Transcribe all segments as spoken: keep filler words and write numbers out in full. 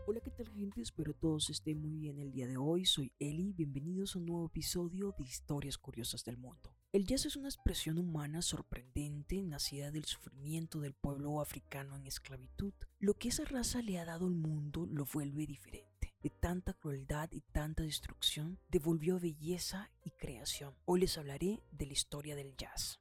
Hola, ¿qué tal, gente? Espero todos estén muy bien el día de hoy. Soy Eli, bienvenidos a un nuevo episodio de Historias Curiosas del Mundo. El jazz es una expresión humana sorprendente, nacida del sufrimiento del pueblo africano en esclavitud. Lo que esa raza le ha dado al mundo lo vuelve diferente. De tanta crueldad y tanta destrucción, devolvió belleza y creación. Hoy les hablaré de la historia del jazz.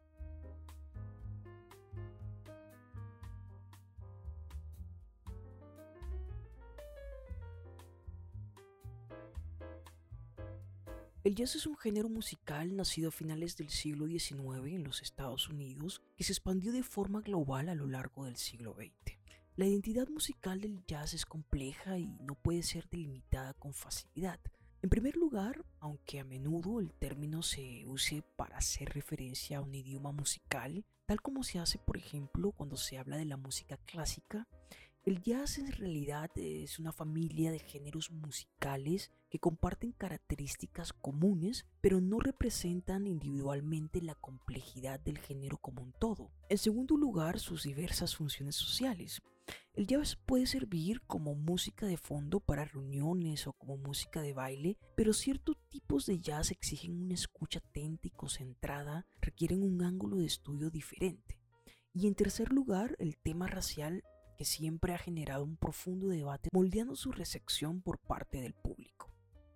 El jazz es un género musical nacido a finales del siglo diecinueve en los Estados Unidos que se expandió de forma global a lo largo del siglo veinte. La identidad musical del jazz es compleja y no puede ser delimitada con facilidad. En primer lugar, aunque a menudo el término se use para hacer referencia a un idioma musical, tal como se hace por ejemplo cuando se habla de la música clásica, el jazz en realidad es una familia de géneros musicales que comparten características comunes, pero no representan individualmente la complejidad del género como un todo. En segundo lugar, sus diversas funciones sociales. El jazz puede servir como música de fondo para reuniones o como música de baile, pero ciertos tipos de jazz exigen una escucha atenta y concentrada, requieren un ángulo de estudio diferente. Y en tercer lugar, el tema racial, que siempre ha generado un profundo debate, moldeando su recepción por parte del público.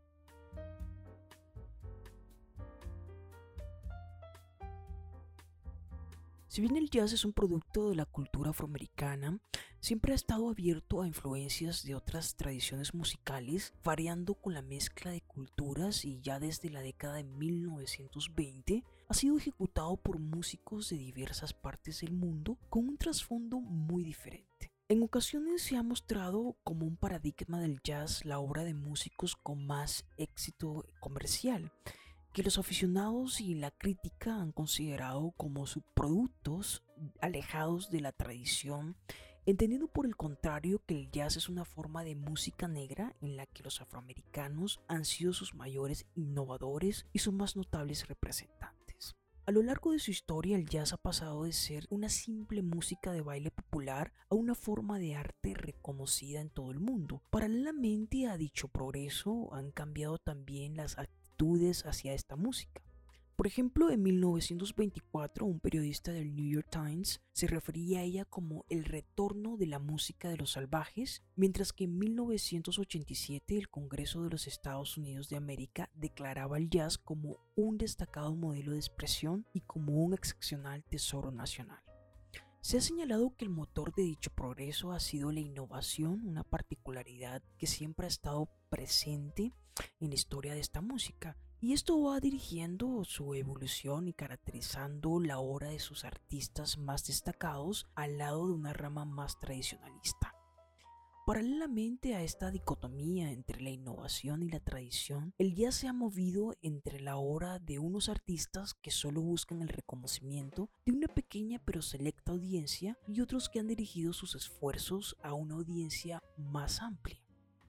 Si bien el jazz es un producto de la cultura afroamericana, siempre ha estado abierto a influencias de otras tradiciones musicales, variando con la mezcla de culturas, y ya desde la década de mil novecientos veinte ha sido ejecutado por músicos de diversas partes del mundo con un trasfondo muy diferente. En ocasiones se ha mostrado como un paradigma del jazz la obra de músicos con más éxito comercial, que los aficionados y la crítica han considerado como subproductos alejados de la tradición, entendiendo por el contrario que el jazz es una forma de música negra en la que los afroamericanos han sido sus mayores innovadores y sus más notables representantes. A lo largo de su historia, el jazz ha pasado de ser una simple música de baile popular a una forma de arte reconocida en todo el mundo. Paralelamente a dicho progreso, han cambiado también las actitudes hacia esta música. Por ejemplo, en mil novecientos veinticuatro, un periodista del New York Times se refería a ella como el retorno de la música de los salvajes, mientras que en mil novecientos ochenta y siete el Congreso de los Estados Unidos de América declaraba el jazz como un destacado modelo de expresión y como un excepcional tesoro nacional. Se ha señalado que el motor de dicho progreso ha sido la innovación, una particularidad que siempre ha estado presente en la historia de esta música. Y esto va dirigiendo su evolución y caracterizando la obra de sus artistas más destacados al lado de una rama más tradicionalista. Paralelamente a esta dicotomía entre la innovación y la tradición, el jazz se ha movido entre la obra de unos artistas que solo buscan el reconocimiento de una pequeña pero selecta audiencia y otros que han dirigido sus esfuerzos a una audiencia más amplia.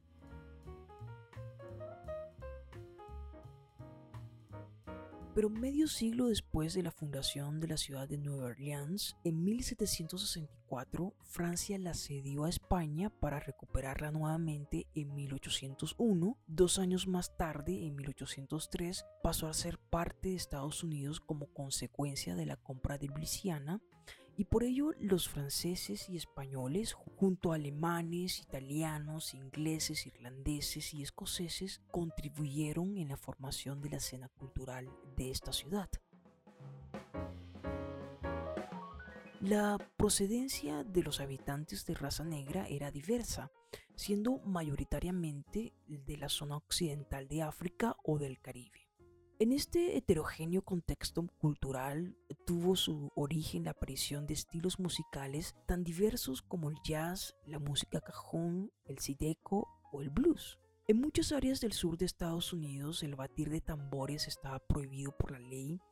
Pero medio siglo después de la fundación de la ciudad de Nueva Orleans, en mil setecientos sesenta y cuatro, Francia la cedió a España para recuperarla nuevamente en mil ochocientos uno. Dos años más tarde, en mil ochocientos tres, pasó a ser parte de Estados Unidos como consecuencia de la compra de Luisiana, y por ello los franceses y españoles, junto a alemanes, italianos, ingleses, irlandeses y escoceses, contribuyeron en la formación de la escena cultural de esta ciudad. La procedencia de los habitantes de raza negra era diversa, siendo mayoritariamente de la zona occidental de África o del Caribe. En este heterogéneo contexto cultural tuvo su origen la aparición de estilos musicales tan diversos como el jazz, la música cajón, el zydeco o el blues. En muchas áreas del sur de Estados Unidos el batir de tambores estaba prohibido por la ley,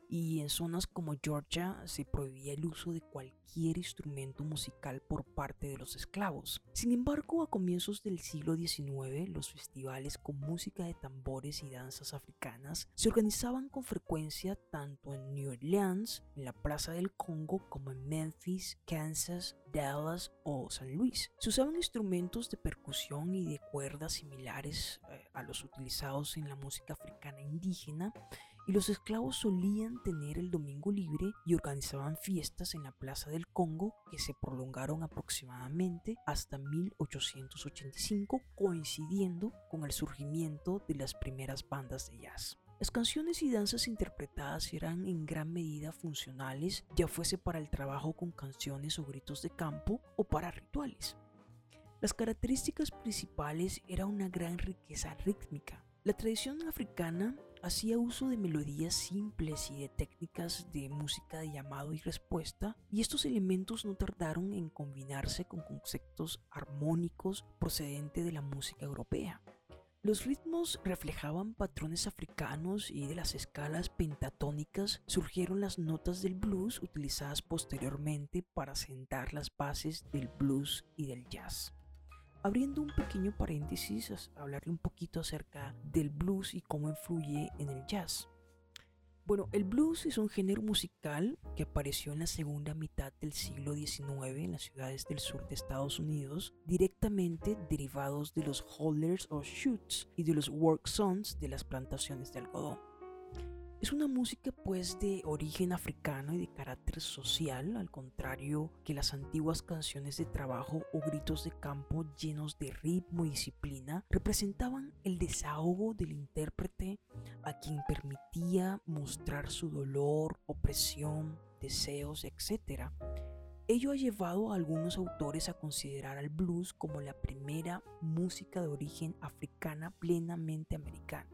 y en zonas como Georgia se prohibía el uso de cualquier instrumento musical por parte de los esclavos. Sin embargo, a comienzos del siglo diecinueve, los festivales con música de tambores y danzas africanas se organizaban con frecuencia tanto en New Orleans, en la Plaza del Congo, como en Memphis, Kansas, Dallas o San Luis. Se usaban instrumentos de percusión y de cuerdas similares eh, a los utilizados en la música africana indígena, y los esclavos solían tener el domingo libre y organizaban fiestas en la Plaza del Congo que se prolongaron aproximadamente hasta mil ochocientos ochenta y cinco, coincidiendo con el surgimiento de las primeras bandas de jazz. Las canciones y danzas interpretadas eran en gran medida funcionales, ya fuese para el trabajo con canciones o gritos de campo o para rituales. Las características principales eran una gran riqueza rítmica. La tradición africana hacía uso de melodías simples y de técnicas de música de llamado y respuesta, y estos elementos no tardaron en combinarse con conceptos armónicos procedentes de la música europea. Los ritmos reflejaban patrones africanos y de las escalas pentatónicas surgieron las notas del blues utilizadas posteriormente para sentar las bases del blues y del jazz. Abriendo un pequeño paréntesis, a hablarle un poquito acerca del blues y cómo influye en el jazz. Bueno, el blues es un género musical que apareció en la segunda mitad del siglo diecinueve en las ciudades del sur de Estados Unidos, directamente derivados de los hollers o shoots y de los work songs de las plantaciones de algodón. Es una música pues de origen africano y de carácter social, al contrario que las antiguas canciones de trabajo o gritos de campo llenos de ritmo y disciplina, representaban el desahogo del intérprete a quien permitía mostrar su dolor, opresión, deseos, etcétera. Ello ha llevado a algunos autores a considerar al blues como la primera música de origen africana plenamente americana.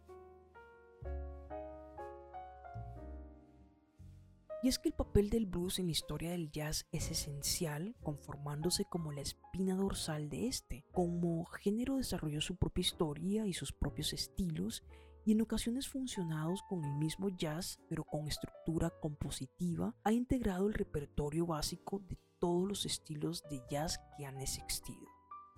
Y es que el papel del blues en la historia del jazz es esencial, conformándose como la espina dorsal de este. Como género desarrolló su propia historia y sus propios estilos, y en ocasiones funcionados con el mismo jazz, pero con estructura compositiva, ha integrado el repertorio básico de todos los estilos de jazz que han existido.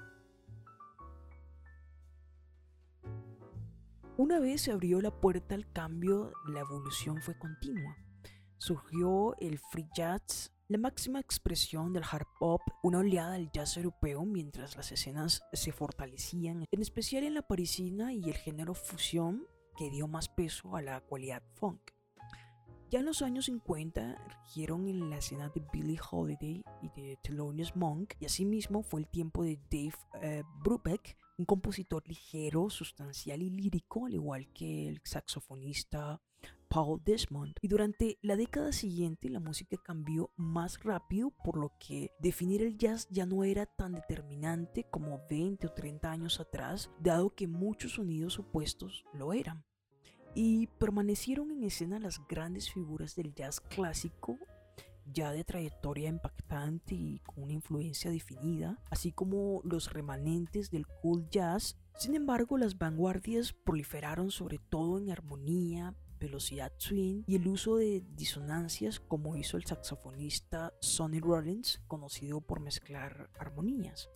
Una vez se abrió la puerta al cambio, la evolución fue continua. Surgió el free jazz, la máxima expresión del hard bop, una oleada del jazz europeo mientras las escenas se fortalecían, en especial en la parisina y el género fusión que dio más peso a la cualidad funk. Ya en los años cincuenta rigieron en la escena de Billie Holiday y de Thelonious Monk, y asimismo fue el tiempo de Dave eh, Brubeck, un compositor ligero, sustancial y lírico, al igual que el saxofonista Paul Desmond. Y durante la década siguiente la música cambió más rápido, por lo que definir el jazz ya no era tan determinante como veinte o treinta años atrás, dado que muchos sonidos opuestos lo eran. Y permanecieron en escena las grandes figuras del jazz clásico, ya de trayectoria impactante y con una influencia definida, así como los remanentes del cool jazz. Sin embargo, las vanguardias proliferaron sobre todo en armonía, velocidad swing y el uso de disonancias, como hizo el saxofonista Sonny Rollins, conocido por mezclar armonías.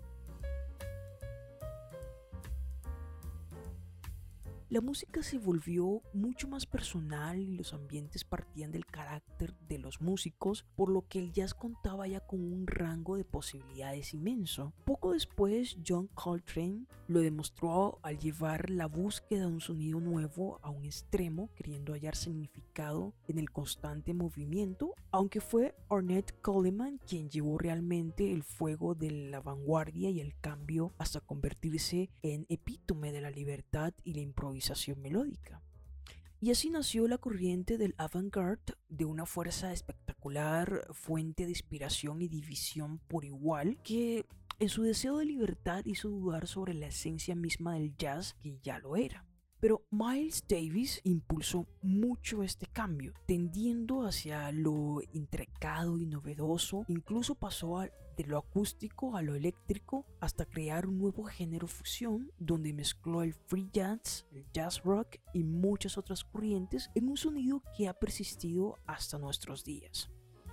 La música se volvió mucho más personal y los ambientes partían del carácter de los músicos, por lo que el jazz contaba ya con un rango de posibilidades inmenso. Poco después, John Coltrane lo demostró al llevar la búsqueda de un sonido nuevo a un extremo, queriendo hallar significado en el constante movimiento, aunque fue Ornette Coleman quien llevó realmente el fuego de la vanguardia y el cambio hasta convertirse en epítome de la libertad y la improvisación melódica. Y así nació la corriente del avant-garde, de una fuerza espectacular, fuente de inspiración y división por igual, que en su deseo de libertad hizo dudar sobre la esencia misma del jazz, que ya lo era. Pero Miles Davis impulsó mucho este cambio, tendiendo hacia lo intrincado y novedoso, incluso pasó a, de lo acústico a lo eléctrico hasta crear un nuevo género fusión donde mezcló el free jazz, el jazz rock y muchas otras corrientes en un sonido que ha persistido hasta nuestros días.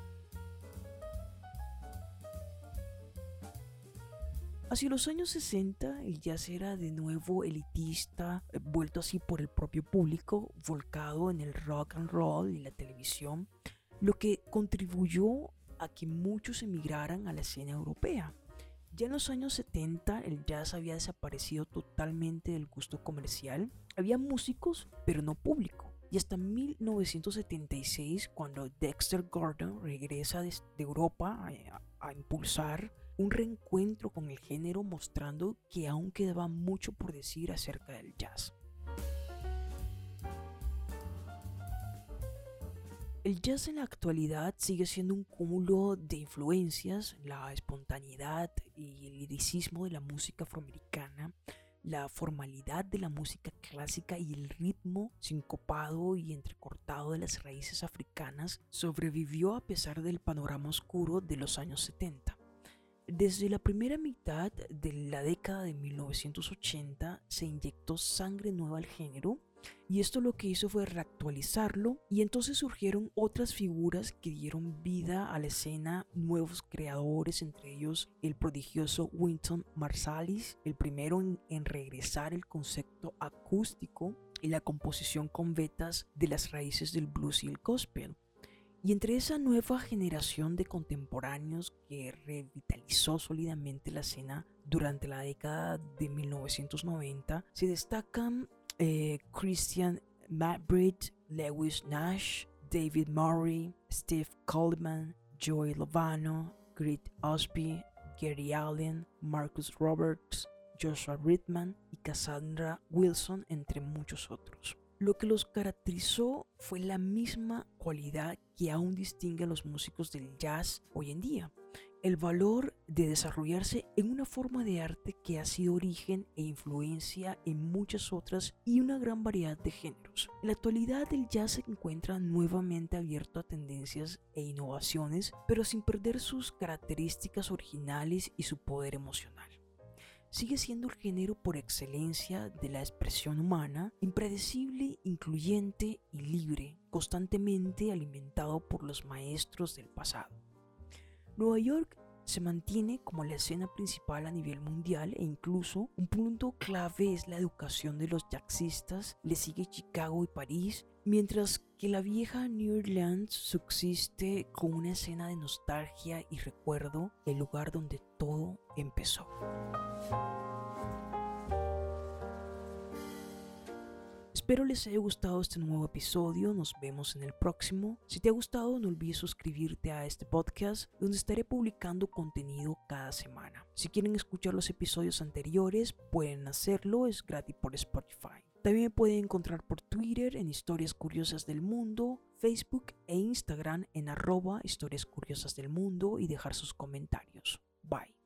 Hacia los años sesenta, el jazz era de nuevo elitista, vuelto así por el propio público, volcado en el rock and roll y la televisión, lo que contribuyó a que muchos emigraran a la escena europea. Ya en los años setenta, el jazz había desaparecido totalmente del gusto comercial. Había músicos, pero no público. Y hasta mil novecientos setenta y seis, cuando Dexter Gordon regresa de Europa a, a impulsar un reencuentro con el género, mostrando que aún quedaba mucho por decir acerca del jazz. El jazz en la actualidad sigue siendo un cúmulo de influencias, la espontaneidad y el liricismo de la música afroamericana, la formalidad de la música clásica y el ritmo sincopado y entrecortado de las raíces africanas sobrevivió a pesar del panorama oscuro de los años setenta. Desde la primera mitad de la década de mil novecientos ochenta se inyectó sangre nueva al género, y esto lo que hizo fue reactualizarlo, y entonces surgieron otras figuras que dieron vida a la escena, nuevos creadores, entre ellos el prodigioso Wynton Marsalis, el primero en, en regresar el concepto acústico y la composición con vetas de las raíces del blues y el gospel. Y entre esa nueva generación de contemporáneos que revitalizó sólidamente la escena durante la década de mil novecientos noventa se destacan eh, Christian McBride, Lewis Nash, David Murray, Steve Coleman, Joey Lovano, Greg Osby, Gary Allen, Marcus Roberts, Joshua Ridman y Cassandra Wilson, entre muchos otros. Lo que los caracterizó fue la misma cualidad que aún distingue a los músicos del jazz hoy en día: el valor de desarrollarse en una forma de arte que ha sido origen e influencia en muchas otras y una gran variedad de géneros. En la actualidad el jazz se encuentra nuevamente abierto a tendencias e innovaciones, pero sin perder sus características originales y su poder emocional. Sigue siendo el género por excelencia de la expresión humana, impredecible, incluyente y libre, constantemente alimentado por los maestros del pasado. Nueva York se mantiene como la escena principal a nivel mundial, e incluso un punto clave es la educación de los jazzistas. Le sigue Chicago y París, mientras que la vieja New Orleans subsiste con una escena de nostalgia y recuerdo, el lugar donde todo empezó. Espero les haya gustado este nuevo episodio, nos vemos en el próximo. Si te ha gustado, no olvides suscribirte a este podcast, donde estaré publicando contenido cada semana. Si quieren escuchar los episodios anteriores, pueden hacerlo, es gratis por Spotify. También me pueden encontrar por Twitter en Historias Curiosas del Mundo, Facebook e Instagram en arroba Historias Curiosas del Mundo y dejar sus comentarios. Bye.